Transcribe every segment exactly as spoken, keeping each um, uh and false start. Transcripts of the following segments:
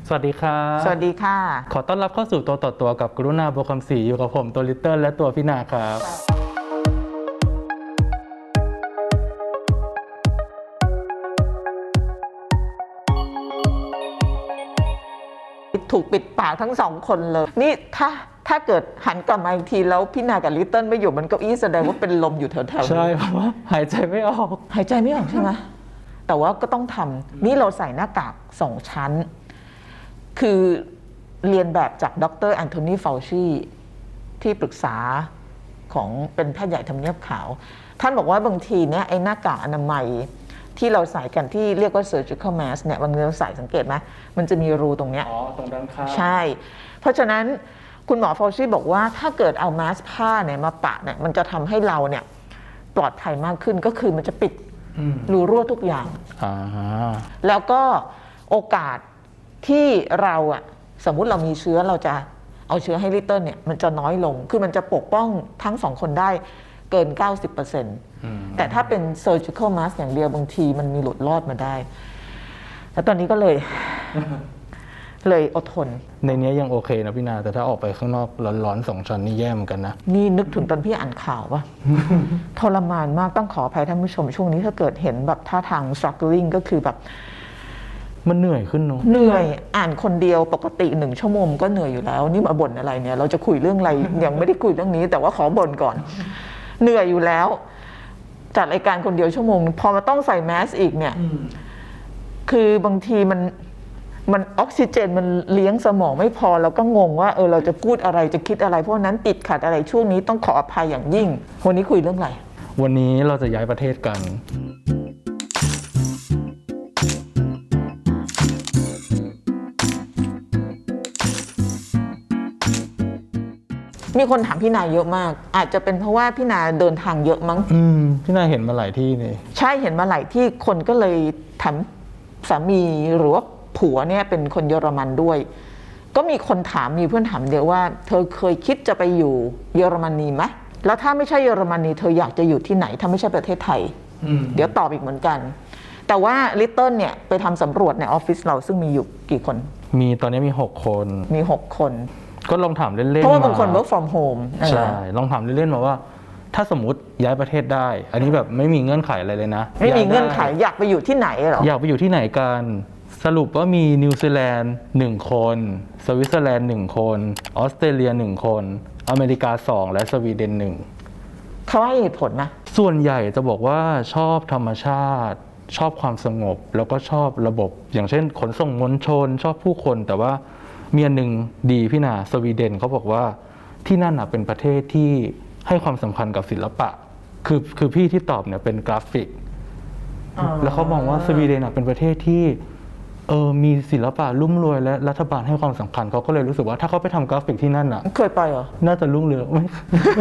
สวัสดีครับสวัสดีค่ะขอต้อนรับเข้าสู่ตัวต่อตัวกับกรุณาบัวคำศรีอยู่กับผมตัวลิตเติ้ลและตัวพี่นาครับถูกปิดปากทั้งสองคนเลยนี่ถ้าถ้าเกิดหันกลับมาอีกทีแล้วพี่นากับลิตเติ้ลไม่อยู่มันเก้าอี้แสดงว่าเป็นลมอยู่แถวๆใช่เพราะว่าหายใจไม่ออกหายใจไม่ออกใช่ไหมแต่ว่าก็ต้องทำนี่เราใส่หน้ากากสองชั้นคือเรียนแบบจากดรแอนโทนีฟาวชีที่ปรึกษาของเป็นแพทย์ใหญ่ทำเนียบขาวท่านบอกว่าบางทีเนี่ยไอ้หน้ากากอนามัยที่เราใส่กันที่เรียกว่า surgical mask เนี่ยบางทีเราใส่สังเกตไหมมันจะมีรูตรงเนี้ยอ๋อตรงด้านข้างใช่เพราะฉะนั้นคุณหมอฟาวชีบอกว่าถ้าเกิดเอามาสผ้าเนี่ยมาปะเนี่ยมันจะทำให้เราเนี่ยปลอดภัยมากขึ้นก็คือมันจะปิดรูรั่วทุกอย่างแล้วก็โอกาสที่เราอะสมมุติเรามีเชื้อเราจะเอาเชื้อให้ลิตเติ้ลเนี่ยมันจะน้อยลงคือมันจะปกป้องทั้งสองคนได้เกิน เก้าสิบเปอร์เซ็นต์ แต่ถ้าเป็น surgical mask อย่างเดียวบางทีมันมีหลุดรอดมาได้แล้วตอนนี้ก็เลย เลยอดทนในนี้ยังโอเคนะพี่นาแต่ถ้าออกไปข้างนอกร้อนๆสองชั้นนี่แย่เหมือนกันนะนี่นึกถึงตอนพี่อ่านข่าวป่ะ ทรมานมากต้องขออภัยท่านผู้ชมช่วงนี้ถ้าเกิดเห็นแบบท่าทาง struggling ก็คือแบบมันเหนื่อยขึ้นเนาะเหนื่อยอ่านคนเดียวปกติหนึ่งชั่วโมงก็เหนื่อยอยู่แล้วนี่มาบ่นอะไรเนี่ยเราจะคุยเรื่องอะไร ยังไม่ได้คุยเรื่องนี้แต่ว่าขอบ่นก่อน เหนื่อยอยู่แล้วจัดรายการคนเดียวชั่วโมงพอมาต้องใส่แมสอีกเนี่ยคือบางทีมันมันออกซิเจนมันเลี้ยงสมองไม่พอเราก็งงว่าเออเราจะพูดอะไรจะคิดอะไรเพราะนั้นติดขัดอะไรช่วงนี้ต้องขออภัยอย่างยิ่งวันนี้คุยเรื่องอะไรวันนี้เราจะย้ายประเทศกันมีคนถามพี่นาเยอะมากอาจจะเป็นเพราะว่าพี่นาเดินทางเยอะมั้งอืมพี่นาเห็นมาหลายที่นี่ใช่เห็นมาหลายที่คนก็เลยถามสามีหรือว่าผัวเนี่ยเป็นคนเยอรมันด้วยก็มีคนถามมีเพื่อนถามเดียวว่าเธอเคยคิดจะไปอยู่เยอรมนีไหมแล้วถ้าไม่ใช่เยอรมนีเธออยากจะอยู่ที่ไหนถ้าไม่ใช่ประเทศไทยเดี๋ยวตอบอีกเหมือนกันแต่ว่าลิตเติ้ลเนี่ยไปทำสำรวจในออฟฟิศเราซึ่งมีอยู่กี่คนมีตอนนี้มีหกคนมีหกคนก็ลองถามเล่นๆเพราะว่าบางคน work from home ใช่ลองถามเล่นๆมาว่าถ้าสมมติย้ายประเทศได้อันนี้แบบไม่มีเงื่อนไขอะไรเลยนะไม่มีเงื่อนไขอยากไปอยู่ที่ไหนหรออยากไปอยู่ที่ไหนกันสรุปว่ามีนิวซีแลนด์หนึ่งคนสวิตเซอร์แลนด์หนึ่งคนออสเตรเลียหนึ่งคนอเมริกาสองและสวีเดนหนึ่งเขาให้เหตุผลนะส่วนใหญ่จะบอกว่าชอบธรรมชาติชอบความสงบแล้วก็ชอบระบบอย่างเช่นขนส่งมวลชนชอบผู้คนแต่ว่ามีอันหนึ่งดีพี่นาสวีเดนเขาบอกว่าที่นั่นน่ะเป็นประเทศที่ให้ความสำคัญกับศิลปะคือคือพี่ที่ตอบเนี่ยเป็นกราฟิกแล้วเขามองว่าสวีเดนเป็นประเทศที่เออมีศิลปะรุ่มรวยและรัฐบาลให้ความสำคัญเขาก็เลยรู้สึกว่าถ้าเขาไปทำกราฟิกที่นั่นอ่ะเคยไปเหรอน่าจะรุ่งเรืองไหม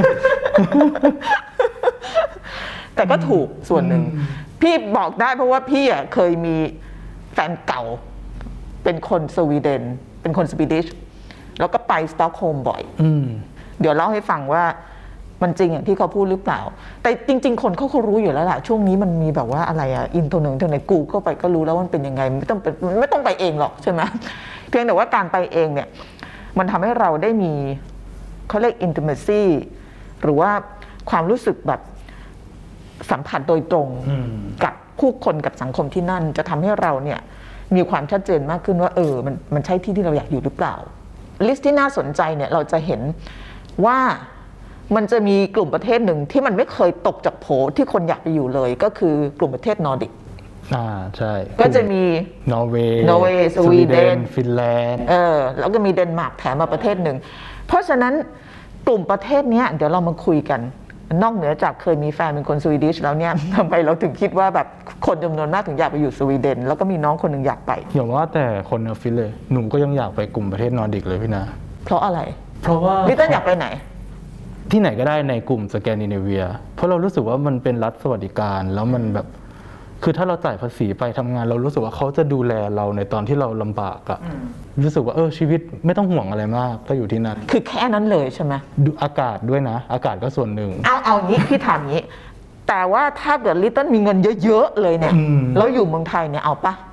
แต่ก็ถูกส่วนหนึ่งพี่บอกได้เพราะว่าพี่อ่ะเคยมีแฟนเก่าเป็นคนสวีเดนเป็นคนสวีดิชแล้วก็ไปสต็อกโฮล์มบ่อยเดี๋ยวเล่าให้ฟังว่ามันจริงอย่างที่เขาพูดหรือเปล่าแต่จริงๆคนเขาเขารู้อยู่แล้วล่ะช่วงนี้มันมีแบบว่าอะไรอะอินโทรหนึ่งทางในกูเข้าไปก็รู้แล้วว่ามันเป็นยังไงไม่ต้องไม่ต้องไปเองหรอกใช่ไหมเพียงแต่ว่าการไปเองเนี่ยมันทำให้เราได้มีเขาเรียก intimacy หรือว่าความรู้สึกแบบสัมผัสโดยตรงกับผู้คนกับสังคมที่นั่นจะทำให้เราเนี่ยมีความชัดเจนมากขึ้นว่าเออมันมันใช่ที่ที่เราอยากอยู่หรือเปล่าลิสต์ที่น่าสนใจเนี่ยเราจะเห็นว่ามันจะมีกลุ่มประเทศหนึ่งที่มันไม่เคยตกจากโผที่คนอยากไปอยู่เลยก็คือกลุ่มประเทศนอร์ดิกอ่าใช่ก็จะมีนอร์เวย์นอร์เวย์สวีเดนฟินแลนด์เออแล้วก็มีเดนมาร์กแถมมาประเทศหนึ่งเพราะฉะนั้นกลุ่มประเทศนี้เดี๋ยวเรามาคุยกันนอกเหนือจากเคยมีแฟนเป็นคนสวีดิชแล้วเนี่ยทำไมเราถึงคิดว่าแบบคนจำนวนมากถึงอยากไปอยู่สวีเดนแล้วก็มีน้องคนหนึ่งอยากไปอย่างว่าแต่คนเนอร์ฟินเลยหนุ่มก็ยังอยากไปกลุ่มประเทศนอร์ดิกเลยพี่นะเพราะอะไรเพราะว่าลิตเติ้ลอยากไปไหนที่ไหนก็ได้ในกลุ่มสแกนดิเนเวียเพราะเรารู้สึกว่ามันเป็นรัฐสวัสดิการแล้วมันแบบคือถ้าเราจ่ายภาษีไปทำงานเรารู้สึกว่าเขาจะดูแลเราในตอนที่เราลำบากอะรู้สึกว่าเออชีวิตไม่ต้องห่วงอะไรมากก็อยู่ที่นั่นคือแค่นั้นเลยใช่ไหมดูอากาศด้วยนะอากาศก็ส่วนหนึ่งเอาเอางี้พี่ถามงี้แต่ว่าถ้าเกิดลิตเติ้ลมีเงินเยอะๆเลยเนี่ยแล้วอยู่เมืองไทยเนี่ยเอาปะ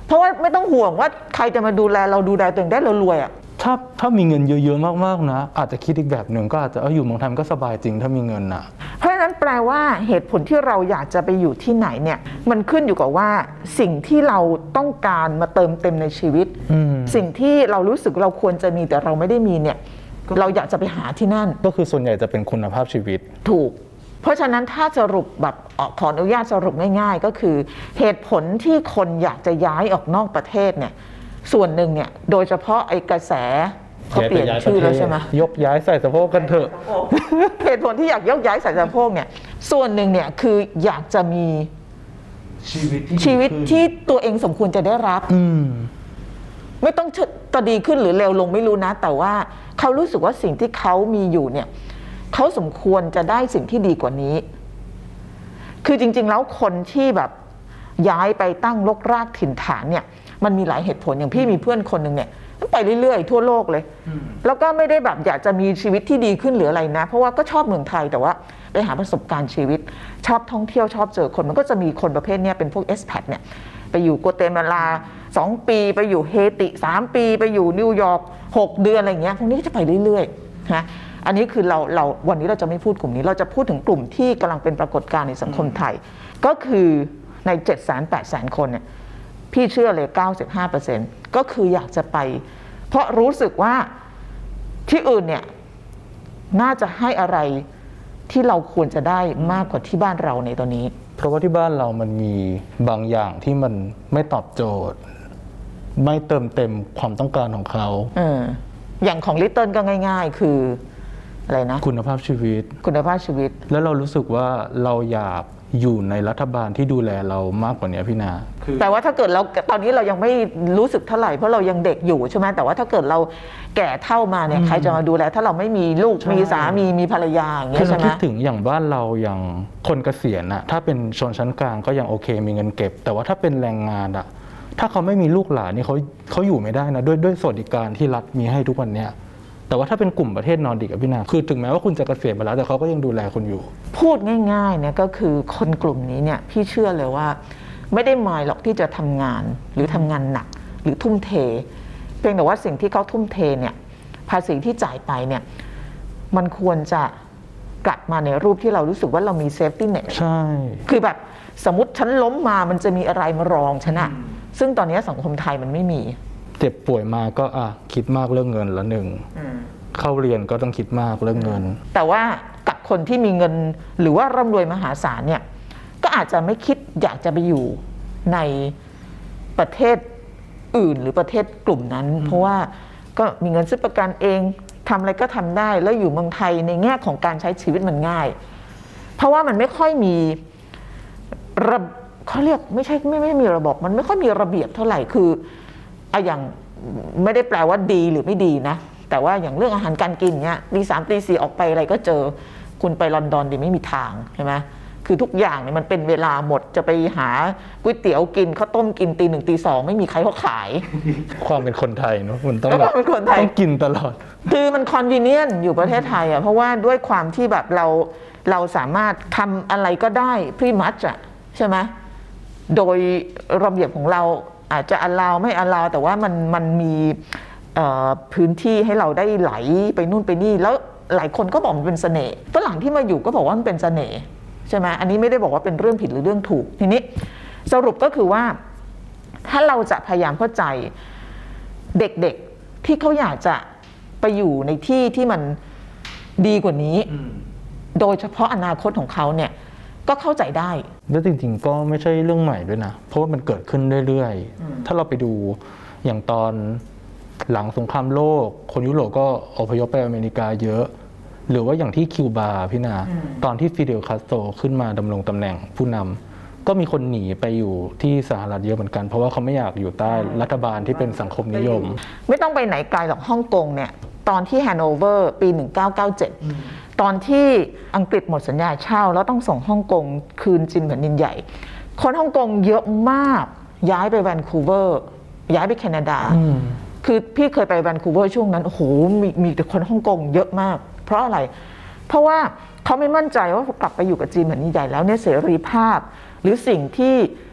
เพราะว่าไม่ต้องห่วงว่าใครจะมาดูแลเราดูแลตัวเองได้เรารวยอ่ะถ้าถ้ามีเงินเยอะๆมากๆนะอาจจะคิดอีกแบบหนึ่งก็อาจจะเอออยู่เมืองไทยมันก็สบายจริงถ้ามีเงินนะเพราะฉะนั้นแปลว่าเหตุผลที่เราอยากจะไปอยู่ที่ไหนเนี่ยมันขึ้นอยู่กับว่าสิ่งที่เราต้องการมาเติมเต็มในชีวิตสิ่งที่เรารู้สึกเราควรจะมีแต่เราไม่ได้มีเนี่ยเราอยากจะไปหาที่นั่นก็คือส่วนใหญ่จะเป็นคุณภาพชีวิตถูกเพราะฉะนั้นถ้าสรุปแบบขออนุญาตสรุปง่ายๆก็คือเหตุผลที่คนอยากจะย้ายออกนอกประเทศเนี่ยส่วนหนึ่งเนี่ยโดยเฉพาะไอ้กระแสเขาเปลี่ยนชื่อแล้วใช่ไหมยกย้ายใส่สะโพกกันเถอะเหตุผลที่อยากยกย้ายใส่สะโพกเนี่ยส่วนหนึ่งเนี่ยคืออยากจะมีชีวิตชีวิตที่ตัวเองสมควรจะได้รับไม่ต้องจะดีขึ้นหรือเลวลงไม่รู้นะแต่ว่าเขารู้สึกว่าสิ่งที่เขามีอยู่เนี่ยเขาสมควรจะได้สิ่งที่ดีกว่านี้คือจริงๆแล้วคนที่แบบย้ายไปตั้งรกรากถิ่นฐานเนี่ยมันมีหลายเหตุผลอย่างพี่มีเพื่อนคนหนึ่งเนี่ยไปเรื่อยๆทั่วโลกเลยแล้วก็ไม่ได้แบบอยากจะมีชีวิตที่ดีขึ้นหรืออะไรนะเพราะว่าก็ชอบเมืองไทยแต่ว่าไปหาประสบการณ์ชีวิตชอบท่องเที่ยวชอบเจอคนมันก็จะมีคนประเภทนี้เป็นพวก expat เนี่ยไปอยู่กัวเตมาลาสองปีไปอยู่เฮติสามปีไปอยู่นิวยอร์กหกเดือนอะไรเงี้ยพวกนี้ก็จะไปเรื่อยๆนะอันนี้คือเราเราวันนี้เราจะไม่พูดกลุ่มนี้เราจะพูดถึงกลุ่มที่กำลังเป็นปรากฏการณ์ในสังคมไทยก็คือใน เจ็ดแสนแปดแสน คนเนี่ยพี่เชื่อเลย เก้าสิบห้าเปอร์เซ็นต์ ก็คืออยากจะไปเพราะรู้สึกว่าที่อื่นเนี่ยน่าจะให้อะไรที่เราควรจะได้มากกว่าที่บ้านเราในตอนนี้เพราะว่าที่บ้านเรามันมีบางอย่างที่มันไม่ตอบโจทย์ไม่เติมเต็มความต้องการของเขาเอออย่างของลิตเติ้ลก็ง่ายๆคืออะไรนะคุณภาพชีวิตคุณภาพชีวิตแล้วเรารู้สึกว่าเราอยากอยู่ในรัฐบาลที่ดูแลเรามากกว่านี้พี่นาแต่ว่าถ้าเกิดเราตอนนี้เรายังไม่รู้สึกเท่าไหร่เพราะเรายังเด็กอยู่ใช่ไหมแต่ว่าถ้าเกิดเราแก่เท่ามาเนี่ยใครจะมาดูแลถ้าเราไม่มีลูกมีสามีมีภรรยาอย่างเงี้ยใช่ไหมคิดถึงอย่างบ้านเราอย่างคนเกษียณอะถ้าเป็นชนชั้นกลางก็ยังโอเคมีเงินเก็บแต่ว่าถ้าเป็นแรงงานอะถ้าเขาไม่มีลูกหลานนี่เขาเขาอยู่ไม่ได้นะด้วยด้วยสวัสดิการที่รัฐมีให้ทุกวันเนี้ยแต่ว่าถ้าเป็นกลุ่มประเทศนอร์ดิกอะพี่นาคือถึงแม้ว่าคุณจะเกษียณไปแล้วแต่เขาก็ยังดูแลคุณอยู่พูดง่ายๆเนี่ยก็คือคนกลุ่มนี้เนี่ยพี่เชื่อเลยว่าไม่ได้หมายหรอกที่จะทำงานหรือทำงานหนักหรือทุ่มเทเพียงแต่ว่าสิ่งที่เขาทุ่มเทเนี่ยภาษีที่จ่ายไปเนี่ยมันควรจะกลับมาในรูปที่เรารู้สึกว่าเรามีเซฟตี้เน็ตใช่คือแบบสมมติฉันล้มมามันจะมีอะไรมารองฉันอะซึ่งตอนนี้สังคมไทยมันไม่มีเจ็บป่วยมาก็อ่ะคิดมากเรื่องเงินละหนึ่งเข้าเรียนก็ต้องคิดมากเรื่องเงินแต่ว่ากับคนที่มีเงินหรือว่าร่ำรวยมหาศาลเนี่ยก็อาจจะไม่คิดอยากจะไปอยู่ในประเทศอื่นหรือประเทศกลุ่มนั้นเพราะว่าก็มีเงินซื้อประกันเองทำอะไรก็ทำได้แล้วอยู่เมืองไทยในแง่ของการใช้ชีวิตมันง่ายเพราะว่ามันไม่ค่อยมีระเขาเรียกไม่ใช่ไม่ไม่มีระบบมันไม่ค่อยมีระเบียบเท่าไหร่คืออะอย่างไม่ได้แปลว่าดีหรือไม่ดีนะแต่ว่าอย่างเรื่องอาหารการกินเนี้ยตีสามตีสี่ออกไปอะไรก็เจอคุณไปลอนดอนดิไม่มีทางใช่ไหมคือทุกอย่างเนี่ยมันเป็นเวลาหมดจะไปหาก๋วยเตี๋ยวกินข้าวต้มกินตีหนึ่งตีสองไม่มีใครเขาขายความเป็นคนไทยเนาะมันต้องเป็นคนไทยต้องกินตลอดคือมันคอนวีเนียนอยู่ประเทศไทยอ่ะเพราะว่าด้วยความที่แบบเราเราสามารถทำอะไรก็ได้พรีมัชอ่ะใช่ไหมโดยระเบียบของเราอาจจะอลาวไม่อลาวแต่ว่ามันมันมีพื้นที่ให้เราได้ไหลไปนู่นไปนี่แล้วหลายคนก็บอกมันเป็นเสน่ห์ฝรั่งที่มาอยู่ก็บอกว่ามันเป็นเสน่ห์ใช่ไหมอันนี้ไม่ได้บอกว่าเป็นเรื่องผิดหรือเรื่องถูกทีนี้สรุปก็คือว่าถ้าเราจะพยายามเข้าใจเด็กๆที่เขาอยากจะไปอยู่ในที่ที่มันดีกว่านี้โดยเฉพาะอนาคตของเขาเนี่ยก็เข้าใจได้แล้วจริงๆก็ไม่ใช่เรื่องใหม่ด้วยนะเพราะว่ามันเกิดขึ้นเรื่อยๆถ้าเราไปดูอย่างตอนหลังสงครามโลกคนยุโรปก็อพยพไปอเมริกาเยอะหรือว่าอย่างที่คิวบาพี่นาตอนที่ฟิเดลคาสโตรขึ้นมาดำรงตำแหน่งผู้นำก็มีคนหนีไปอยู่ที่สหรัฐเยอะเหมือนกันเพราะว่าเขาไม่อยากอยู่ใต้รัฐบาลที่เป็นสังคมนิยมไม่ต้องไปไหนไกลหรอกฮ่องกงเนี่ยตอนที่แฮนโอเวอร์ปีหนึ่งเก้าเก้าเจ็ดตอนที่อังกฤษหมดสัญญาเช่าแล้วต้องส่งฮ่องกงคืนจีนแผ่นดินใหญ่คนฮ่องกงเยอะมากย้ายไปแวนคูเวอร์ย้ายไปแคนาดาคือพี่เคยไปแวนคูเวอร์ช่วงนั้นโอ้โหมีมีแต่คนฮ่องกงเยอะมากเพราะอะไรเพราะว่าเขาไม่มั่นใจว่ากลับไปอยู่กับจีนแผ่นดินใหญ่แล้วเนี่ยเสรีภาพหรือสิ่งที่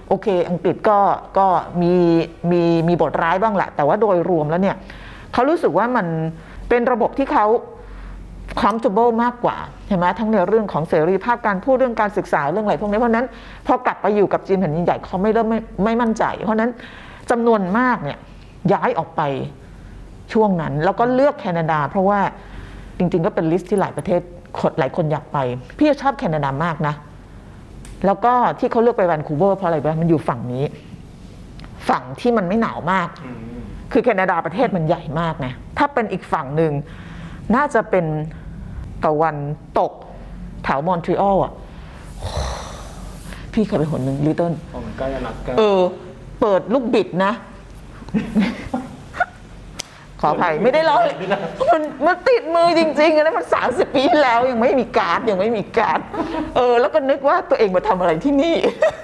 โอเคอังกฤษก็ก็มีมีมีบทร้ายบ้างแหละแต่ว่าโดยรวมแล้วเนี่ยเขารู้สึกว่ามันเป็นระบบที่เขา comfortable มากกว่าใช่ไหมทั้งในเรื่องของเสรีภาพการพูดเรื่องการศึกษาเรื่องอะไรพวกนี้เพราะนั้นพอกลับไปอยู่กับจีนแผ่นดินใหญ่เขาไม่เริ่มไม่ไม่มั่นใจเพราะนั้นจำนวนมากเนี่ยย้ายออกไปช่วงนั้นแล้วก็เลือกแคนาดาเพราะว่าจริงๆก็เป็นลิสต์ที่หลายประเทศหลายคนอยากไปพี่ชอบแคนาดามากนะแล้วก็ที่เขาเลือกไปแวนคูเวอร์เพราะอะไรบ้างมันอยู่ฝั่งนี้ฝั่งที่มันไม่หนาวมากคือแคนาดาประเทศมันใหญ่มากนะถ้าเป็นอีกฝั่งหนึ่งน่าจะเป็นตะวันตกแถวมอนทรีออลอ่ะพี่เคยไปหนหนึ่งลิตเติ้ลผมก็จะนัดกันเออเปิดลูกบิดนะ ขออภัยไม่ได้ล้อเลยมันมันติดมือจริงๆนะมันสามสิบปีแล้วยังไม่มีการ์ดยังไม่มีการ์ดเออแล้วก็นึกว่าตัวเองมาทำอะไรที่นี่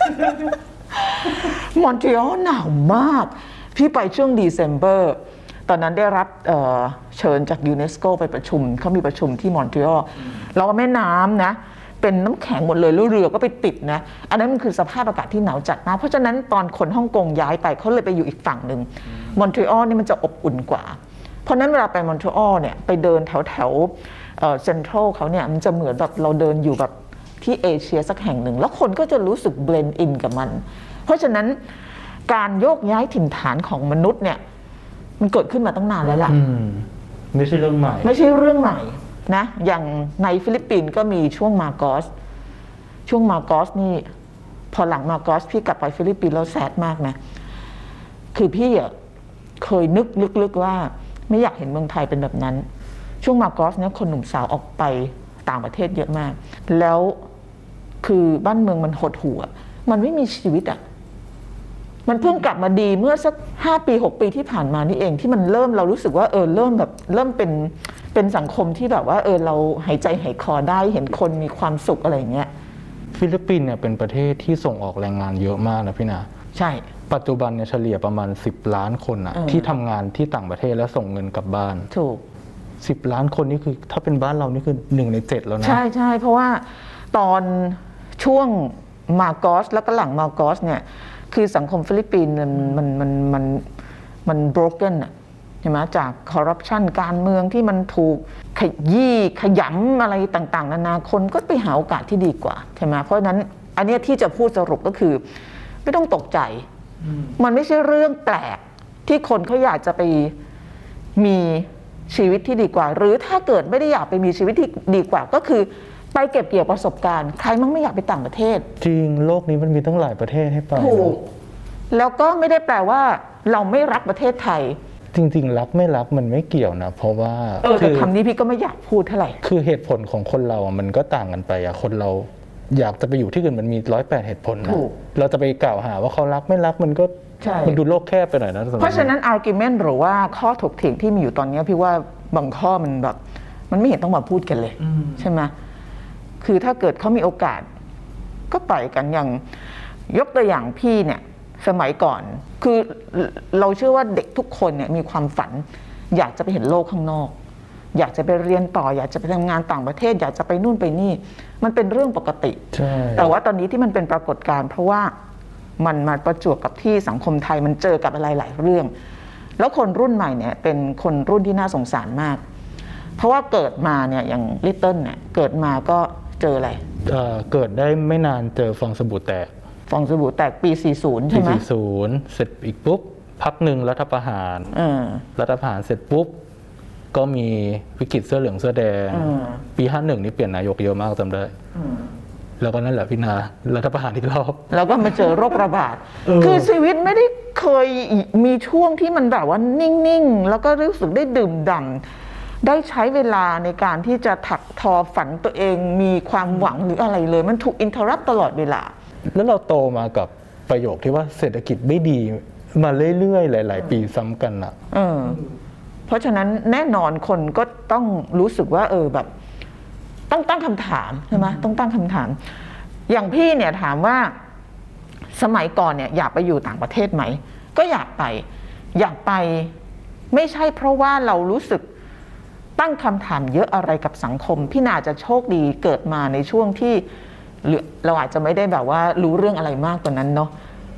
มอนทรีออลหนาวมากพี่ไปช่วงเดซ ember ตอนนั้นได้รับเเชิญจากยูเนสโกไปประชุมเขามีประชุมที่มอนทรีออลแล้วก็แม่น้ำนะเป็นน้ำแข็งหมดเลยแล้วเรือก็ไปติดนะอันนั้นมันคือสภาพอากาศที่หนาวจัดมากเพราะฉะนั้นตอนคนฮ่องกงย้ายไปเขาเลยไปอยู่อีกฝั่งหนึ่งมอนทรีออลนี่มันจะอบอุ่นกว่าเพราะนั้นเวลาไปมอนทรีออลเนี่ยไปเดินแถวแถวเซ็นทรัลเขาเนี่ยมันจะเหมือนแบบเราเดินอยู่แบบที่เอเชียสักแห่งหนึ่งแล้วคนก็จะรู้สึกเบลนด์อินกับมันเพราะฉะนั้นการโยกย้ายถิ่นฐานของมนุษย์เนี่ยมันเกิดขึ้นมาตั้งนานแล้วล่ะไม่ใช่เรื่องใหม่ไม่ใช่เรื่องใหม่นะอย่างในฟิลิปปินส์ก็มีช่วงมาโกสช่วงมาโกสนี่พอหลังมาโกสพี่กลับไปฟิลิปปินส์แล้วแซดมากนะคือพี่อ่ะเคยนึกลึกๆว่าไม่อยากเห็นเมืองไทยเป็นแบบนั้นช่วงมาโกสเนี่ยคนหนุ่มสาวออกไปต่างประเทศเยอะมากแล้วคือบ้านเมืองมันหดหู่อ่ะมันไม่มีชีวิตอ่ะมันเพิ่งกลับมาดีเมื่อสักห้าปีหกปีที่ผ่านมานี่เองที่มันเริ่มเรารู้สึกว่าเออเริ่มแบบเริ่มเป็นเป็นสังคมที่แบบว่าเออเราหายใจหายคอได้เห็นคนมีความสุขอะไรอย่างเงี้ยฟิลิปปินส์เนี่ยเป็นประเทศที่ส่งออกแรงงานเยอะมากนะพี่นาใช่ปัจจุบันเนี่ยเฉลี่ยประมาณสิบล้านคนอะที่ทำงานที่ต่างประเทศแล้วส่งเงินกลับบ้านถูกสิบล้านคนนี่คือถ้าเป็นบ้านเรานี่คือหนึ่งในเจ็ดแล้วนะใช่ใช่เพราะว่าตอนช่วงมาโกสแล้วก็หลังมาโกสเนี่ยคือสังคมฟิลิปปินส์มันมันมันมันมัน broken อะใช่ไหมจากคอร์รัปชันการเมืองที่มันถูกขยี้ขยำอะไรต่างๆนานาคนก็ไปหาโอกาสที่ดีกว่าใช่ไหมเพราะฉะนั้นอันนี้ที่จะพูดสรุปก็คือไม่ต้องตกใจมันไม่ใช่เรื่องแปลกที่คนเขาอยากจะไปมีชีวิตที่ดีกว่าหรือถ้าเกิดไม่ได้อยากไปมีชีวิตที่ดีกว่าก็คือไปเก็บเกี่ยวประสบการณ์ใครมั่งไม่อยากไปต่างประเทศจริงโลกนี้มันมีตั้งหลายประเทศให้ไปถูกแล้วก็ไม่ได้แปลว่าเราไม่รักประเทศไทยจริงๆรักไม่รักมันไม่เกี่ยวนะเพราะว่าเออแต่คำนี้พี่ก็ไม่อยากพูดเท่าไหร่คือเหตุผลของคนเรามันก็ต่างกันไปอะคนเราอยากจะไปอยู่ที่อื่นมันมีร้อยแปดเหตุผลนะเราจะไปกล่าวหาว่าเขารักไม่รักมันก็มันดูโลกแคบไปหน่อยนะเพราะฉะนั้น argument หรือว่าข้อถกเถียงที่มีอยู่ตอนนี้พี่ว่าบางข้อมันแบบมันไม่เห็นต้องมาพูดกันเลยใช่ไหมคือถ้าเกิดเขามีโอกาสก็ไปกันอย่างยกตัวอย่างพี่เนี่ยสมัยก่อนคือเราเชื่อว่าเด็กทุกคนเนี่ยมีความฝันอยากจะไปเห็นโลกข้างนอกอยากจะไปเรียนต่ออยากจะไปทำงานต่างประเทศอยากจะไปนู่นไปนี่มันเป็นเรื่องปกติแต่ว่าตอนนี้ที่มันเป็นปรากฏการณ์เพราะว่ามันมาประจวบกับที่สังคมไทยมันเจอกับอะไรหลายเรื่องแล้วคนรุ่นใหม่เนี่ยเป็นคนรุ่นที่น่าสงสารมากเพราะว่าเกิดมาเนี่ยอย่างลิตเติ้ลเนี่ยเกิดมาก็เจออะไรเอ่อ เกิดได้ไม่นานเจอฟองสบู่แตกฟองสบู่แตกปีสี่สิบใช่ไหมปีสี่สิบเสร็จอีกปุ๊บพักหนึ่งรัฐประหารรัฐประหารเสร็จปุ๊บก็มีวิกฤตเสื้อเหลืองเสื้อแดงปีห้าสิบเอ็ดนี่เปลี่ยนนายกเยอะมากจำได้แล้วก็นั่นแหละพี่นารัฐประหารอีกรอบแล้วก็มาเจอโรคระบาดคือชีวิตไม่ได้เคยมีช่วงที่มันแบบว่านิ่งๆแล้วก็รู้สึกได้ดื่มด่ำได้ใช้เวลาในการที่จะถักทอฝันตัวเองมีความหวังหรืออะไรเลยมันถูกอินเทอร์รัปตลอดเวลาแล้วเราโตมากับประโยคที่ว่าเศรษฐกิจไม่ดีมาเรื่อยๆหลายๆปีซ้ำกันอ่ะเออเพราะฉะนั้นแน่นอนคนก็ต้องรู้สึกว่าเออแบบต้องตั้งคำถามใช่ไหมต้องตั้งคำถามอย่างพี่เนี่ยถามว่าสมัยก่อนเนี่ยอยากไปอยู่ต่างประเทศไหมก็อยากไปอยากไปไม่ใช่เพราะว่าเรารู้สึกตั้งคำถามเยอะอะไรกับสังคมพี่นาจะโชคดีเกิดมาในช่วงที่เราอาจจะไม่ได้แบบว่ารู้เรื่องอะไรมากกว่านั้นเนาะ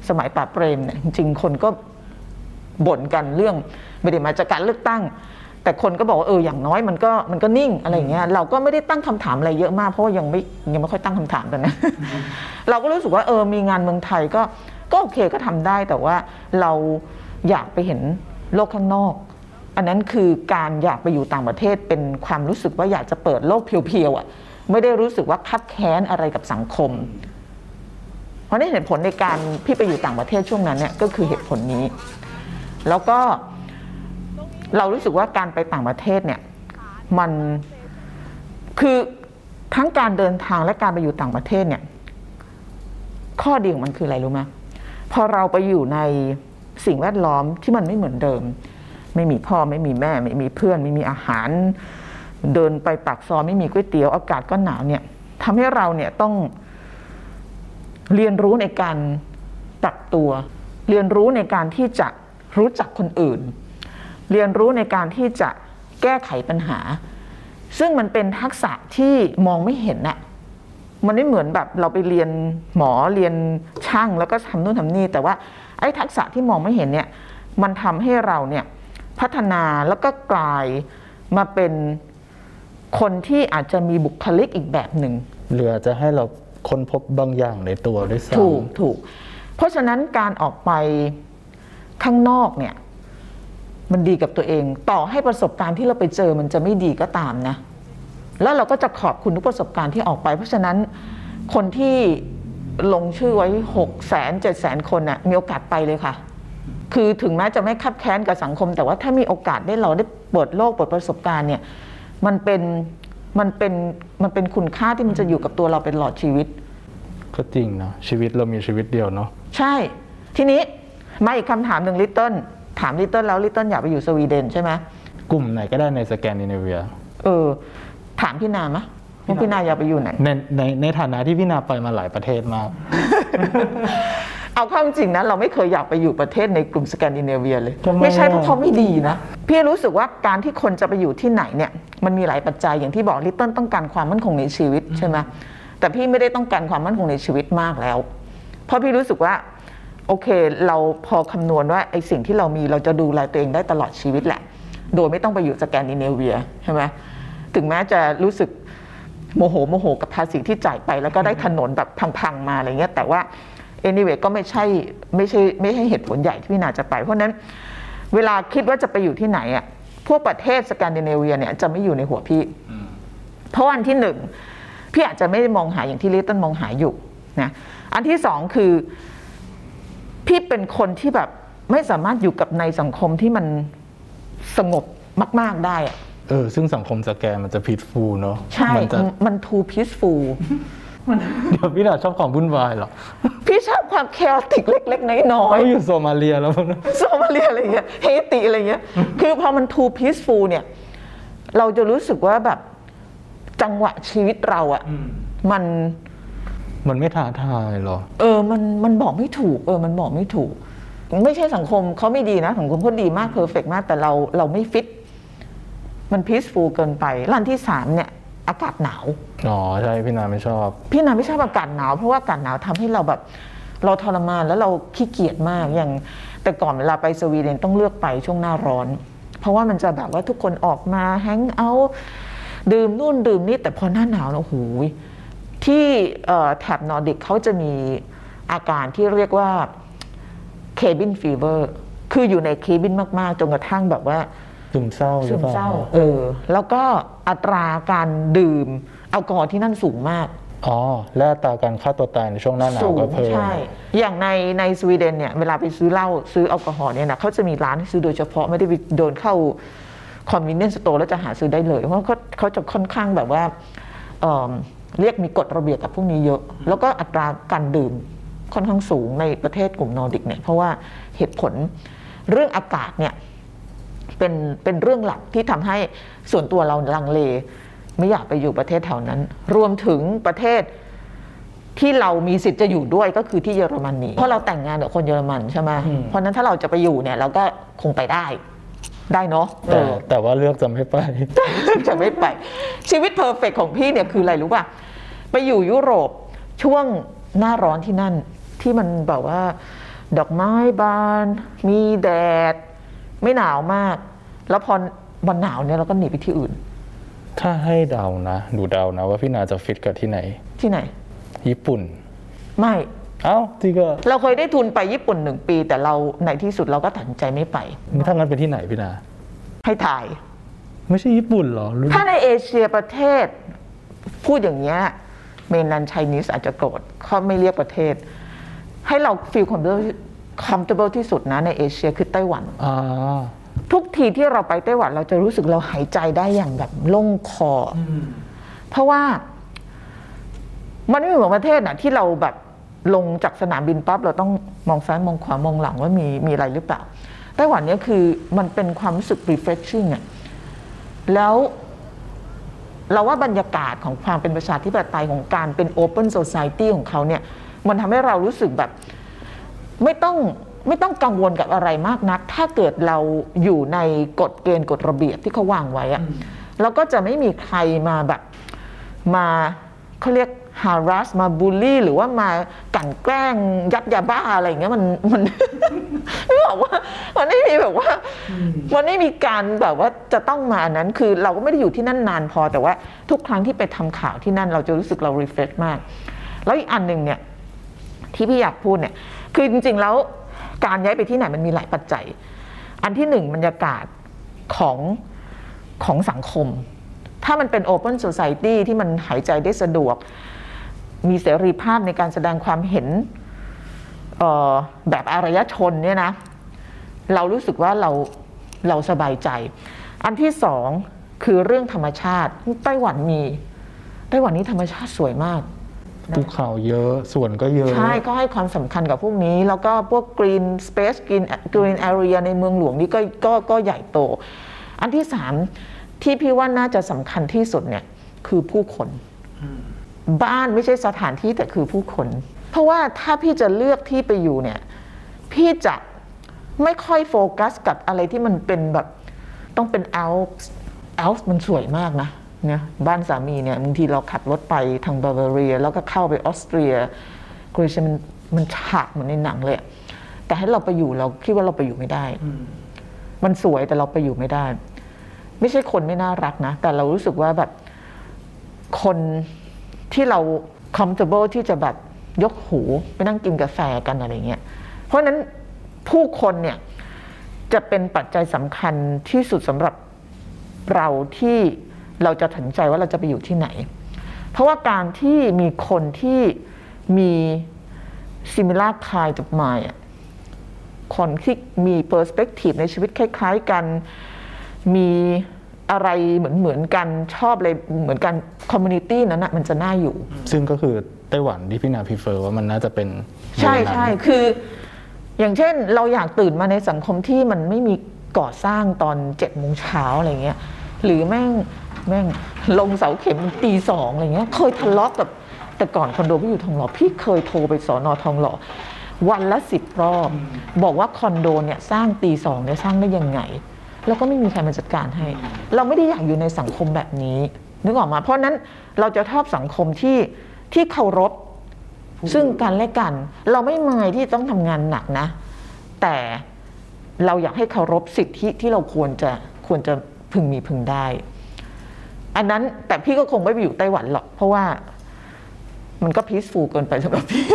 สมัยปราบเปรมเนี่ยจริงๆคนก็บ่นกันเรื่องไม่ได้มาจากการเลือกตั้งแต่คนก็บอกว่าเอออย่างน้อยมันก็มันก็นิ่งอะไรอย่างเงี้ยเราก็ไม่ได้ตั้งคำถามอะไรเยอะมากเพราะว่ายังไม่ยังไม่ค่อยตั้งคำถามกันนะ เราก็รู้สึกว่าเออมีงานเมืองไทยก็ก็โอเคก็ทำได้แต่ว่าเราอยากไปเห็นโลกข้างนอกอันนั้นคือการอยากไปอยู่ต่างประเทศเป็นความรู้สึกว่าอยากจะเปิดโลกเพียวๆอ่ะไม่ได้รู้สึกว่าคับแค้นอะไรกับสังคมเพราะนี่เหตุผลในการพี่ไปอยู่ต่างประเทศช่วงนั้นเนี่ยก็คือเหตุผลนี้แล้วก็เรารู้สึกว่าการไปต่างประเทศเนี่ยมันคือทั้งการเดินทางและการไปอยู่ต่างประเทศเนี่ยข้อดีของมันคืออะไรรู้ไหมพอเราไปอยู่ในสิ่งแวดล้อมที่มันไม่เหมือนเดิมไม่มีพ่อไม่มีแม่ไม่มีเพื่อนไม่มีอาหารเดินไปปากซอยไม่มีก๋วยเตี๋ยวอากาศก็หนาวเนี่ยทำให้เราเนี่ยต้องเรียนรู้ในการปรับตัวเรียนรู้ในการที่จะรู้จักคนอื่นเรียนรู้ในการที่จะแก้ไขปัญหาซึ่งมันเป็นทักษะที่มองไม่เห็นน่ะมันไม่เหมือนแบบเราไปเรียนหมอเรียนช่างแล้วก็ทำนู่นทำนี่แต่ว่าไอ้ทักษะที่มองไม่เห็นเนี่ยมันทำให้เราเนี่ยพัฒนาแล้วก็กลายมาเป็นคนที่อาจจะมีบุคลิกอีกแบบหนึ่งหรืออาจจะให้เราค้นพบบางอย่างในตัวด้วยซ้ำถูกถูกเพราะฉะนั้นการออกไปข้างนอกเนี่ยมันดีกับตัวเองต่อให้ประสบการณ์ที่เราไปเจอมันจะไม่ดีก็ตามนะแล้วเราก็จะขอบคุณทุกประสบการณ์ที่ออกไปเพราะฉะนั้นคนที่ลงชื่อไว้หกแสนเจ็ดแสนคนน่ะมีโอกาสไปเลยค่ะคือถึงแม้จะไม่คับแค้นกับสังคมแต่ว่าถ้ามีโอกาสได้เราได้เปิดโลกเปิดประสบการณ์เนี่ยมันเป็นมันเป็นมันเป็นคุณค่าที่มันจะอยู่กับตัวเราเป็นตลอดชีวิตก็จริงนะชีวิตเรามีชีวิตเดียวเนาะใช่ทีนี้มาอีกคำถามหนึ่งลิตเติ้ลถามลิตเติ้ลแล้วลิตเติ้ลอยากไปอยู่สวีเดนใช่ไหมกลุ่มไหนก็ได้ในสแกนดิเนเวียเออถามพี่นามะว่าพี่นาอยากไปอยู่ไหนในในในฐานะที่พี่นาไปมาหลายประเทศมากเอาเข้าจริงนะเราไม่เคยอยากไปอยู่ประเทศในกลุ่มสแกนดิเนเวียเลยไม่ใช่เพราะเขาไม่ดีนะพี่รู้สึกว่าการที่คนจะไปอยู่ที่ไหนเนี่ยมันมีหลายปัจจัยอย่างที่บอกลิตเติ้ลต้องการความมั่นคงในชีวิตใช่ไหมแต่พี่ไม่ได้ต้องการความมั่นคงในชีวิตมากแล้วเพราะพี่รู้สึกว่าโอเคเราพอคำนวณว่าไอ้สิ่งที่เรามีเราจะดูแลตัวเองได้ตลอดชีวิตแหละโดยไม่ต้องไปอยู่สแกนดิเนเวียใช่ไหมถึงแม้จะรู้สึกโมโหโมโหกับภาษีที่จ่ายไปแล้วก็ได้ถนนแบบพังๆมาอะไรเงี้ยแต่ว่า anyway ก็ไม่ใช่ไม่ใช่ไม่ใช่เหตุผลใหญ่ที่พี่นาจะไปเพราะนั้นเวลาคิดว่าจะไปอยู่ที่ไหนอ่ะพวกประเทศสแกนดิเนเวียเนี่ยจะไม่อยู่ในหัวพี่เพราะอันที่หนึ่งพี่อาจจะไม่ได้มองหาอย่างที่ลิตเติ้ลมองหาอยู่นะอันที่สองคือพี่เป็นคนที่แบบไม่สามารถอยู่กับในสังคมที่มันสงบมากๆได้อะเออซึ่งสังคมสแกนมันจะพีซฟูลเนาะใช่มันจะมัน too peaceful เดี๋ยวพี่นาชอบความวุ่นวายเหรอพี่ชอบความแคโอติกเล็กๆน้อยๆอยู่โซมาเลียแล้วโซมาเลียอะไรเงี้ยเฮติอะไรเงี้ยคือพอมัน too peaceful เนี่ยเราจะรู้สึกว่าแบบจังหวะชีวิตเราอะมันมันไม่ท้าทายหรอเออมันมันบอกไม่ถูกเออมันบอกไม่ถูกไม่ใช่สังคมเขาไม่ดีนะสังคมเขาดีมากเพอร์เฟกต์มากแต่เราเราไม่ฟิตมัน peaceful เกินไปร้านที่สามเนี่ยอากาศหนาวอ๋อใช่พี่นาไม่ชอบพี่นาไม่ชอบอากาศหนาวเพราะว่าอากาศหนาวทำให้เราแบบเราทรมานแล้วเราขี้เกียจมากอย่างแต่ก่อนเวลาไปสวีเดนต้องเลือกไปช่วงหน้าร้อนเพราะว่ามันจะแบบว่าทุกคนออกมาแฮงเอาท์ดื่มนู่นดื่มนี่แต่พอหน้าหนาวแล้วโอ้โหที่แถบนอร์ดิกเขาจะมีอาการที่เรียกว่า cabin fever คืออยู่ในเคบินมากๆจนกระทั่งแบบว่าซึมเศร้าซึมเศร้าเออแล้วก็อัตราการดื่มแอลกอฮอล์ที่นั่นสูงมากอ๋อและอัตราการฆ่าตัวตายในช่วงหน้าหนาวก็เพิ่มใช่อย่างในในสวีเดนเนี่ยเวลาไปซื้อเหล้าซื้อแอลกอฮอล์เนี่ยนะเขาจะมีร้านที่ซื้อโดยเฉพาะไม่ได้ไปเดินเข้าคอนเวเนียนสโตร์แล้วจะหาซื้อได้เลยเพราะเขาเขาจะค่อนข้างแบบว่าเอ่อเรียกมีกฎระเบียบกับพวกนี้เยอะแล้วก็อัตราการดื่มค่อนข้างสูงในประเทศกลุ่มนอร์ดิกเนี่ยเพราะว่าเหตุผลเรื่องอากาศเนี่ยเป็นเป็นเรื่องหลักที่ทำให้ส่วนตัวเราลังเลไม่อยากไปอยู่ประเทศแถวนั้นรวมถึงประเทศที่เรามีสิทธิ์จะอยู่ด้วยก็คือที่เยอรมนีเพราะเราแต่งงานกับคนเยอรมันใช่ไหมเพราะนั้นถ้าเราจะไปอยู่เนี่ยเราก็คงไปได้ได้เนาะแต่แต่ว่าเลือกจะไม่ไปจะไม่ไปชีวิตเพอร์เฟกต์ของพี่เนี่ยคืออะไรรู้ป่ะไปอยู่ยุโรปช่วงหน้าร้อนที่นั่นที่มันแบบว่าดอกไม้บานมีแดดไม่หนาวมาก แล้วพอวันหนาวเนี่ยเราก็หนีไปที่อื่นถ้าให้เดานะหนูเดานะว่าพี่นาจะฟิตกับที่ไหนที่ไหนญี่ปุ่นไม่เอ้าจริงก็เราเคยได้ทุนไปญี่ปุ่นหนึ่งปี แต่เราในที่สุดเราก็ตัดสินใจไม่ไปถ้างั้นเป็นที่ไหนพี่นาให้ถ่ายไม่ใช่ญี่ปุ่นเหรอหรือถ้าในเอเชียประเทศพูดอย่างเงี้ยเมนันไชนีสอาจจะโกรธเขาไม่เรียกประเทศ ให้เรา feel comfortable comfortable ที่สุดนะในเอเชียคือไต้หวันอ่าทุกทีที่เราไปไต้หวันเราจะรู้สึกเราหายใจได้อย่างแบบโล่งคออเพราะว่ามันไม่เหมือนประเทศน่ะที่เราแบบลงจากสนามบินปั๊บเราต้องมองซ้ายมองขวามองหลังว่ามีมีอะไรหรือเปล่าไต้หวันเนี่ยคือมันเป็นความรู้สึก refreshing อะแล้วเราว่าบรรยากาศของความเป็นประชาธิปไตยของการเป็น open society ของเขาเนี่ยมันทำให้เรารู้สึกแบบไม่ต้องไม่ต้องกังวลกับอะไรมากนัก ถ้าเกิดเราอยู่ในกฎเกณฑ์กฎระเบียบที่เขาวางไว้อะเราก็จะไม่มีใครมาแบบมาเขาเรียก harass มาบูลลี่หรือว่ามากลั่นแกล้งยัดยาบ้าอะไรอย่างเงี้ยมันมัน ไม่บอกว่ามันไม่มีแบบว่ามันไม่มีการแบบว่าจะต้องมาอันนั้นคือเราก็ไม่ได้อยู่ที่นั่นนานพอแต่ว่าทุกครั้งที่ไปทำข่าวที่นั่นเราจะรู้สึกเรา refresh มากแล้วอีกอันหนึ่งเนี่ยที่พี่อยากพูดเนี่ยคือจริงๆแล้วการย้ายไปที่ไหนมันมีหลายปัจจัยอันที่หนึ่งบรรยากาศของของสังคมถ้ามันเป็น Open Society ที่มันหายใจได้สะดวกมีเสรีภาพในการแสดงความเห็นแบบอารยชนเนี่ยนะเรารู้สึกว่าเราเราสบายใจอันที่สองคือเรื่องธรรมชาติไต้หวันมีไต้หวันนี่ธรรมชาติสวยมากภูเขาเยอะส่วนก็เยอะใช่ก็ให้ความสำคัญกับพวกนี้แล้วก็พวก Green Space Green Green Area ในเมืองหลวงนี่ก็ก็ก็ใหญ่โตอันที่สามที่พี่ว่าน่าจะสำคัญที่สุดเนี่ยคือผู้คนบ้านไม่ใช่สถานที่แต่คือผู้คนเพราะว่าถ้าพี่จะเลือกที่ไปอยู่เนี่ยพี่จะไม่ค่อยโฟกัสกับอะไรที่มันเป็นแบบต้องเป็นแอลป์แอลป์มันสวยมากนะเนี่ยบ้านสามีเนี่ยบางทีเราขับรถไปทางบาวาเรียแล้วก็เข้าไปออสเตรียกรีซมันมันฉากเหมือนในหนังเลยแต่ให้เราไปอยู่เราคิดว่าเราไปอยู่ไม่ได้มันสวยแต่เราไปอยู่ไม่ได้ไม่ใช่คนไม่น่ารักนะแต่เรารู้สึกว่าแบบคนที่เรา comfortable ที่จะแบบยกหูไปนั่งกินกาแฟกันอะไรเงี้ยเพราะฉะนั้นผู้คนเนี่ยจะเป็นปัจจัยสำคัญที่สุดสำหรับเราที่เราจะตัดสินใจว่าเราจะไปอยู่ที่ไหนเพราะว่าการที่มีคนที่มี similar kind of mind คนที่มี perspective ในชีวิตคล้ายๆกันมีอะไรเหมือนเหมือนกันชอบอะไรเหมือนกันคอมมูนิตี้นั้นนะมันจะน่าอยู่ซึ่งก็คือไต้หวันที่พี่นาพรีเฟอร์ว่ามันน่าจะเป็นใช่ใช่คืออย่างเช่นเราอยากตื่นมาในสังคมที่มันไม่มีก่อสร้างตอนเจ็ดโมงเช้าอะไรเงี้ยหรือแม่งแม่งลงเสาเข็มตีสองอะไรเงี้ยเคยทะเลาะกับแต่ก่อนคอนโดพี่อยู่ทองหล่อพี่เคยโทรไปสอนอทองหล่อวันละสิบรอบบอกว่าคอนโดเนี่ยสร้างตีสองเนี่ยสร้างได้ยังไงแล้วก็ไม่มีใครมาจัดการให้เราไม่ได้อยากอยู่ในสังคมแบบนี้นึกออกมาเพราะนั้นเราจะชอบสังคมที่ที่เคารพซึ่งกันและกันเราไม่มายที่ต้องทำงานหนักนะแต่เราอยากให้เคารพสิทธิที่เราควรจะควรจะพึงมีพึงได้อันนั้นแต่พี่ก็คงไม่ไปอยู่ไต้หวันหรอกเพราะว่ามันก็พีซฟูลเกินไปสำหรับพี่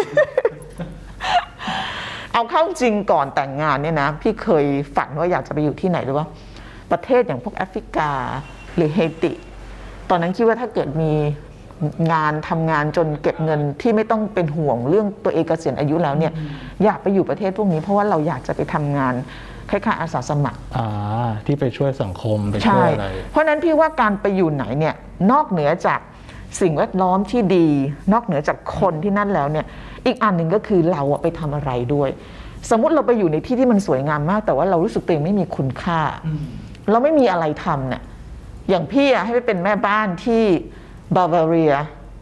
เอาเข้าจริงก่อนแต่งงานเนี่ยนะพี่เคยฝันว่าอยากจะไปอยู่ที่ไหนหรือว่าประเทศอย่างพวกแอฟริกาหรือเฮติตอนนั้นคิดว่าถ้าเกิดมีงานทำงานจนเก็บเงินที่ไม่ต้องเป็นห่วงเรื่องตัวเองเกษียณอายุแล้วเนี่ยอยากไปอยู่ประเทศพวกนี้เพราะว่าเราอยากจะไปทำงานคล้ายๆอาสาสมัครอ่าที่ไปช่วยสังคมไปช่วยอะไรเพราะนั้นพี่ว่าการไปอยู่ไหนเนี่ยนอกเหนือจากสิ่งแวดล้อมที่ดีนอกเหนือจากคนที่นั่นแล้วเนี่ยอีกอันหนึ่งก็คือเราไปทำอะไรด้วยสมมุติเราไปอยู่ในที่ที่มันสวยงามมากแต่ว่าเรารู้สึกตัวเองไม่มีคุณค่าเราไม่มีอะไรทำเนี่ยอย่างพี่อะให้ไปเป็นแม่บ้านที่บาวาเรีย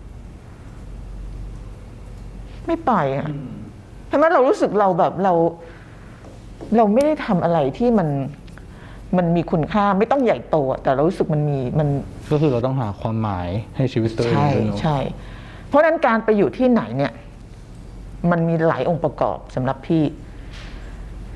ไม่ไปอะเพราะฉะนั้นเรารู้สึกเราแบบเราเราไม่ได้ทำอะไรที่มันมันมีคุณค่าไม่ต้องใหญ่โตแต่เรารู้สึกมันมีมันก็คือเราต้องหาความหมายให้ชีวิตตัวเองใช่ใช่เพราะฉะนั้นการไปอยู่ที่ไหนเนี่ยมันมีหลายองค์ประกอบสำหรับพี่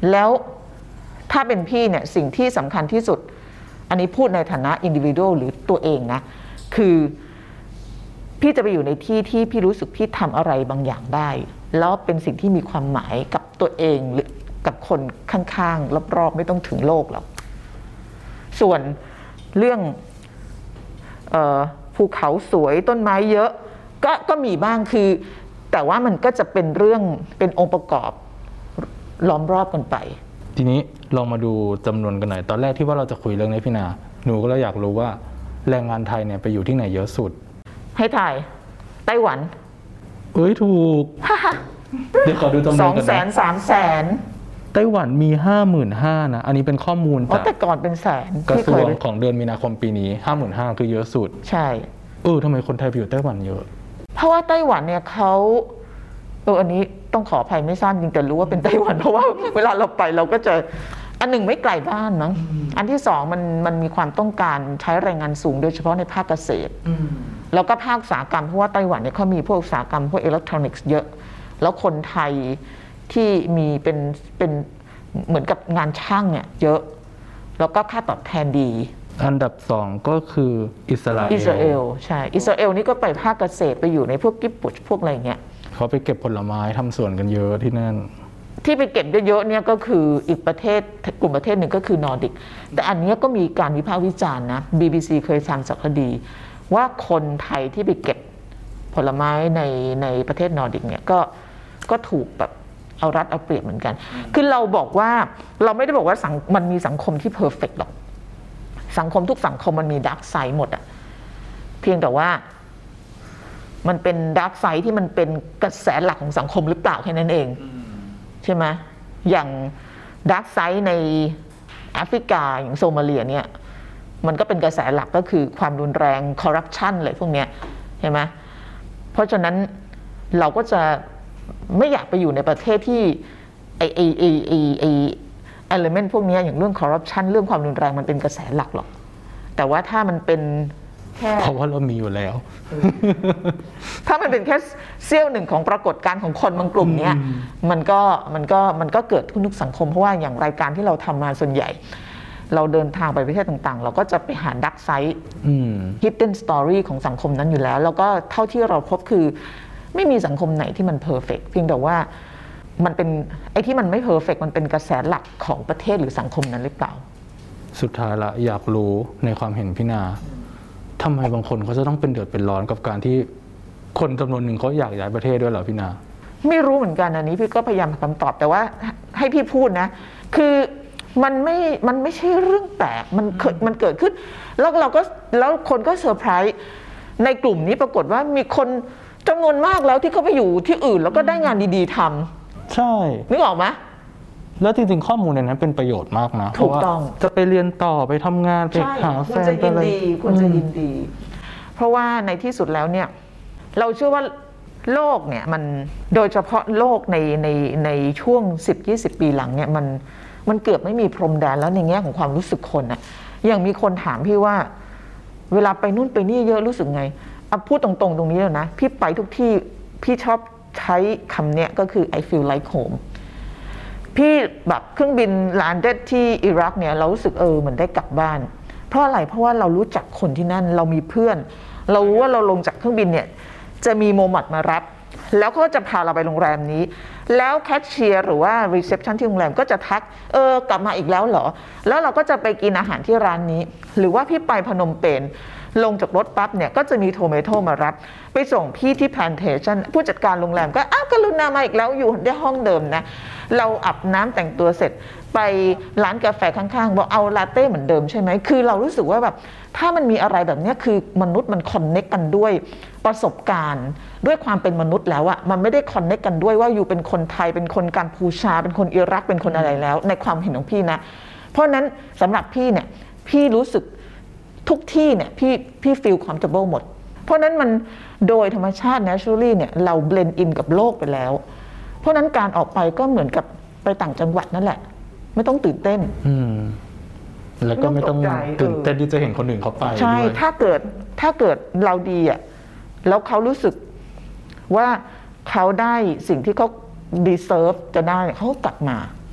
แล้วถ้าเป็นพี่เนี่ยสิ่งที่สำคัญที่สุดอันนี้พูดในฐานะอินดิวิ u a l หรือตัวเองนะคือพี่จะไปอยู่ในที่ที่พี่รู้สึกพี่ทำอะไรบางอย่างได้แล้วเป็นสิ่งที่มีความหมายกับตัวเองหรือกับคนข้างๆรอบๆไม่ต้องถึงโลกหรอกส่วนเรื่องเอ่อภูเขาสวยต้นไม้เยอะก็ก็มีบ้างคือแต่ว่ามันก็จะเป็นเรื่องเป็นองค์ประกอบล้อมรอบกันไปทีนี้ลองมาดูจำนวนกันหน่อยตอนแรกที่ว่าเราจะคุยเรื่องนี้พี่นาหนูก็เลยอยากรู้ว่าแรงงานไทยเนี่ยไปอยู่ที่ไหนเยอะสุดให้ถ่ายไต้หวันเอ้ยถูก เดี๋ยวขอดูจำนวนกันนะสองแสนสามแสนไต้หวันมีห้าหมื่นห้านะอันนี้เป็นข้อมูลจากแต่ก่อนเป็นแสนกระทรวงของเดือนมีนาคมปีนี้ห้าหมื่นห้าคือเยอะสุดใช่เออทำไมคนไทยไปอยู่ไต้หวันเยอะเพราะว่าไต้หวันเนี่ยเขาเอออันนี้ต้องขออภัยไม่ทราบจริงแต่รู้ว่าเป็นไต้หวันเพราะว่าเวลาเราไปเราก็จะอันหนึ่งไม่ไกลบ้านมั้งอันที่สองมันมันมีความต้องการใช้แรงงานสูงโดยเฉพาะในภาคเกษตรแล้วก็ภาคอุตสาหกรรมเพราะว่าไต้หวันเนี่ยเขามีพวกอุตสาหกรรมพวกอิเล็กทรอนิกส์เยอะแล้วคนไทยที่มีเป็นเป็นเหมือนกับงานช่างเนี่ยเยอะแล้วก็ค่าตอบแทนดีอันดับสองก็คืออิสราเอลอิสราเอลใช่อิสราเอลนี่ก็ไปภาคเกษตรไปอยู่ในพวกกิบปุชพวกอะไรเงี้ยเขาไปเก็บผลไม้ทำสวนกันเยอะที่นั่นที่ไปเก็บเยอะๆเนี่ยก็คืออีกประเทศกลุ่มประเทศหนึ่งก็คือนอร์ดิกแต่อันนี้ก็มีการวิพากษ์วิจารณ์นะ บี บี ซี เคยทำสารคดีว่าคนไทยที่ไปเก็บผลไม้ในในประเทศนอร์ดิกเนี่ยก็ก็ถูกแบบเอารัดเอาเปรียบเหมือนกันคือเราบอกว่าเราไม่ได้บอกว่ามันมีสังคมที่เพอร์เฟกต์หรอกสังคมทุกสังคมมันมีดาร์กไซด์หมดอะเพียงแต่ว่ามันเป็นดาร์กไซด์ที่มันเป็นกระแสหลักของสังคมหรือเปล่าแค่นั้นเองใช่ไหมอย่างดาร์กไซด์ในแอฟริกาอย่างโซมาเลียเนี่ยมันก็เป็นกระแสหลักก็คือความรุนแรงคอร์รัปชันอะไรพวกเนี้ยใช่ไหมเพราะฉะนั้นเราก็จะไม่อยากไปอยู่ในประเทศที่ไอไอไอไอไอเอลิเมนต์พวกนี้อย่างเรื่องคอร์รัปชันเรื่องความรุนแรงมันเป็นกระแสหลักหรอกแต่ว่าถ้ามันเป็นแค่เพราะว่าเรามีอยู่แล้วถ้ามันเป็นแค่เสี้ยวหนึ่งของปรากฏการณ์ของคนบางกลุ่มเนี้ยมันก็มันก็มันก็เกิดขึ้นทุกสังคมเพราะว่าอย่างรายการที่เราทำมาส่วนใหญ่เราเดินทางไปประเทศต่างๆเราก็จะไปหาดักไซต์ hidden story ของสังคมนั้นอยู่แล้วแล้วก็เท่าที่เราพบคือไม่มีสังคมไหนที่มันเพอร์เฟกต์เพียงแต่ว่ามันเป็นไอ้ที่มันไม่เพอร์เฟกต์มันเป็นกระแสหลักของประเทศหรือสังคมนั้นหรือเปล่าสุดท้ายละอยากรู้ในความเห็นพี่นาทำไมบางคนเขาจะต้องเป็นเดือดเป็นร้อนกับการที่คนจำนวนหนึ่งเขาอยากย้ายประเทศด้วยเหรอพี่นาไม่รู้เหมือนกันอันนี้พี่ก็พยายามหาคำตอบแต่ว่าให้พี่พูดนะคือมันไม่มันไม่ใช่เรื่องแปลกมันเกิดมันเกิดขึ้นแล้วเราก็แล้วคนก็เซอร์ไพรส์ในกลุ่มนี้ปรากฏว่ามีคนจำนวนมากแล้วที่เขาไปอยู่ที่อื่นแล้วก็ได้งานดีๆทำใช่นึกออกไหมแล้วจริงๆข้อมูลในนั้นเป็นประโยชน์มากนะถูกต้องจะไปเรียนต่อไปทำงานไปหาแฟนไปอะไรคุณจะยินดีเพราะว่าในที่สุดแล้วเนี่ยเราเชื่อว่าโลกเนี่ยมันโดยเฉพาะโลกในในในช่วง สิบถึงยี่สิบ ปีหลังเนี่ยมันมันเกือบไม่มีพรมแดนแล้วในแง่ของความรู้สึกคนอะอย่างมีคนถามพี่ว่าเวลาไปนู่นไปนี่เยอะรู้สึกไงเอาพูดตรงๆตรงนี้เลยนะพี่ไปทุกที่พี่ชอบใช้คำเนี้ยก็คือ I feel like home พี่แบบเครื่องบินแลนด์ที่อิรักเนี่ยเรารู้สึกเออเหมือนได้กลับบ้านเพราะอะไรเพราะว่าเรารู้จักคนที่นั่นเรามีเพื่อนเรารู้ว่าเราลงจากเครื่องบินเนี่ยจะมีโมมัดมารับแล้วเขาจะพาเราไปโรงแรมนี้แล้วแคชเชียร์หรือว่ารีเซพชันที่โรงแรมก็จะทักเออกลับมาอีกแล้วเหรอแล้วเราก็จะไปกินอาหารที่ร้านนี้หรือว่าพี่ไปพนมเปญลงจากรถปั๊บเนี่ยก็จะมีโทเมโต้มารับไปส่งพี่ที่แพลนเทชันผู้จัดการโรงแรมก็อ้าวกรุณามาอีกแล้วอยู่ได้ห้องเดิมนะเราอาบน้ำแต่งตัวเสร็จไปร้านกาแฟข้างๆบอกเอาลาเต้เหมือนเดิมใช่ไหมคือเรารู้สึกว่าแบบถ้ามันมีอะไรแบบนี้คือมนุษย์มันคอนเนคกันด้วยประสบการณ์ด้วยความเป็นมนุษย์แล้วอะมันไม่ได้คอนเนคกันด้วยว่าอยู่เป็นคนไทยเป็นคนกัมพูชาเป็นคนอิรักเป็นคนอะไรแล้วในความเห็นของพี่นะเพราะนั้นสำหรับพี่เนี่ยพี่รู้สึกทุกที่เนี่ยพี่พี่ฟีลคอมฟอร์เบิลหมดเพราะนั้นมันโดยธรรมชาติ naturally เนี่ยเราเบลนด์อินกับโลกไปแล้วเพราะนั้นการออกไปก็เหมือนกับไปต่างจังหวัดนั่นแหละไม่ต้องตื่นเต้นอืมแล้วก็ไม่ต้องตื่นเต้นที่จะเห็นคนอื่นเขาไปใช่ถ้าเกิดถ้าเกิดเราดีอ่ะแล้วเขารู้สึกว่าเขาได้สิ่งที่เขา deserve จะได้เขาก็กลับมา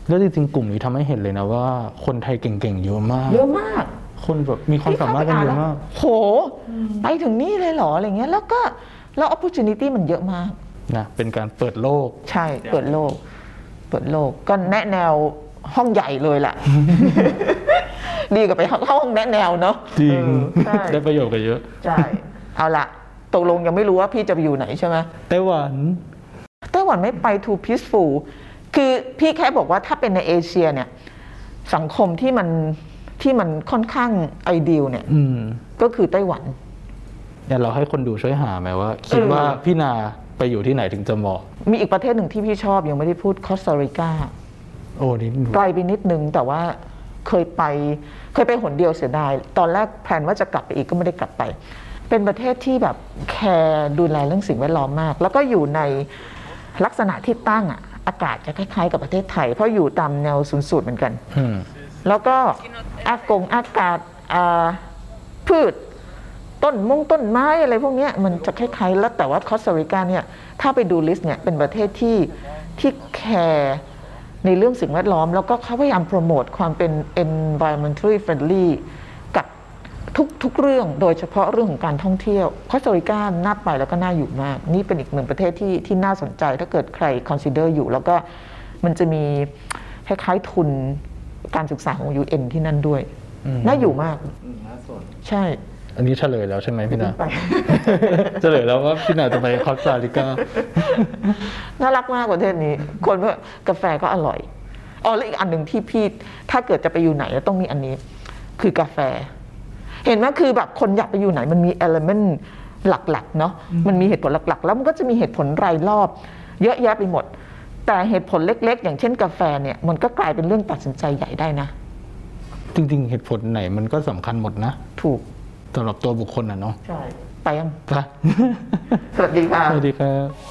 แล้วจริงๆกลุ่มนี้ทำให้เห็นเลยนะว่าคนไทยเก่งๆเยอะมากเยอะมากคนแบบมีความสามารถกันเยอะมากโหไปถึงนี่เลยเหรออะไรเงี้ยแล้วก็แล้ว opportunity มันเยอะมากนะเป็นการเปิดโลกใช่เปิดโลก เปิดโลกก็แนะแนวห้องใหญ่เลยแหละ ดีกว่าไปเข้าห้องแนะแนวเนาะจริงเออใช่ได้ประโยชน์กันเยอะใช่เอาละตกลงยังไม่รู้ว่าพี่จะไปอยู่ไหนใช่ไหมไต้หวันไต้หวันไม่ไป too peaceful คือพี่แค่บอกว่าถ้าเป็นในเอเชียเนี่ยสังคมที่มันที่มันค่อนข้างไอเดียเนี่ยอืมก็คือไต้หวันเดี๋ยวเราให้คนดูช่วยหาไหมว่า คิดเออว่าพี่นาไปอยู่ที่ไหนถึงจะเหมาะมีอีกประเทศหนึ่งที่พี่ชอบยังไม่ได้พูดคอสตาริกาโอ้นี่ไกลไปนิดนึงแต่ว่าเคยไปเคยไปหนเดียวเสียดายตอนแรกแพลนว่าจะกลับไปอีกก็ไม่ได้กลับไป เป็นประเทศที่แบบแคร์ดูแลเรื่องสิ่งแวดล้อมมาก แล้วก็อยู่ในลักษณะที่ตั้งอ่ะอากาศจะคล้ายๆกับประเทศไทย เพราะอยู่ตามแนวศูนย์สูตรเหมือนกันอืมแล้วก็อากงอากาศอ่าพืช ต้นมงต้นไม้อะไรพวกเนี้ยมันจะคล้ายๆแล้วแต่ว่าคอสตาริกาเนี่ยถ้าไปดูลิสต์เนี่ยเป็นประเทศที่ที่แคร์ในเรื่องสิ่งแวดล้อม แล้วก็เขาพยายามโปรโมทความเป็น environmentally friendly กับทุกทุกเรื่องโดยเฉพาะเรื่องของการท่องเที่ยวคอสตาริกาน่าไปแล้วก็น่าอยู่มาก นี่เป็นอีกหนึ่งประเทศที่ที่น่าสนใจถ้าเกิดใคร consider อยู่ แล้วก็มันจะมีคล้ายๆทุนการศึกษาของ ยู เอ็น ที่นั่นด้วยอืมน่าอยู่มากน่าสนใช่อันนี้เฉลยแล้วใช่ไหมพี่นาไปเฉลยแล้วว่าพี่นาจะไปคอสตาริกาน่ารักมากประเทศนี้ คนก็กาแฟก็อร่อยอ๋อแล้วอีกอันหนึ่งที่พี่ถ้าเกิดจะไปอยู่ไหนต้องมีอันนี้ คือกาแฟ เห็นไหมคือแบบคนอยากไปอยู่ไหนมันมีเอลเมนต์หลักๆเนาะมันมีเหตุผลหลักๆ แล้วมันก็จะมีเหตุผลรายรอบ เยอะแยะไปหมด แต่เหตุผลเล็กๆ อย่างเช่นกาแฟเนี่ยมันก็กลายเป็นเรื่องตัดสินใจใหญ่ได้นะจริงๆ เหตุผลไหนมันก็สำคัญหมดนะถูกสำหรับตัวบุคคลนะเนาะใช่ ไปยังไปสวัสดีค่ะสวัสดีครับ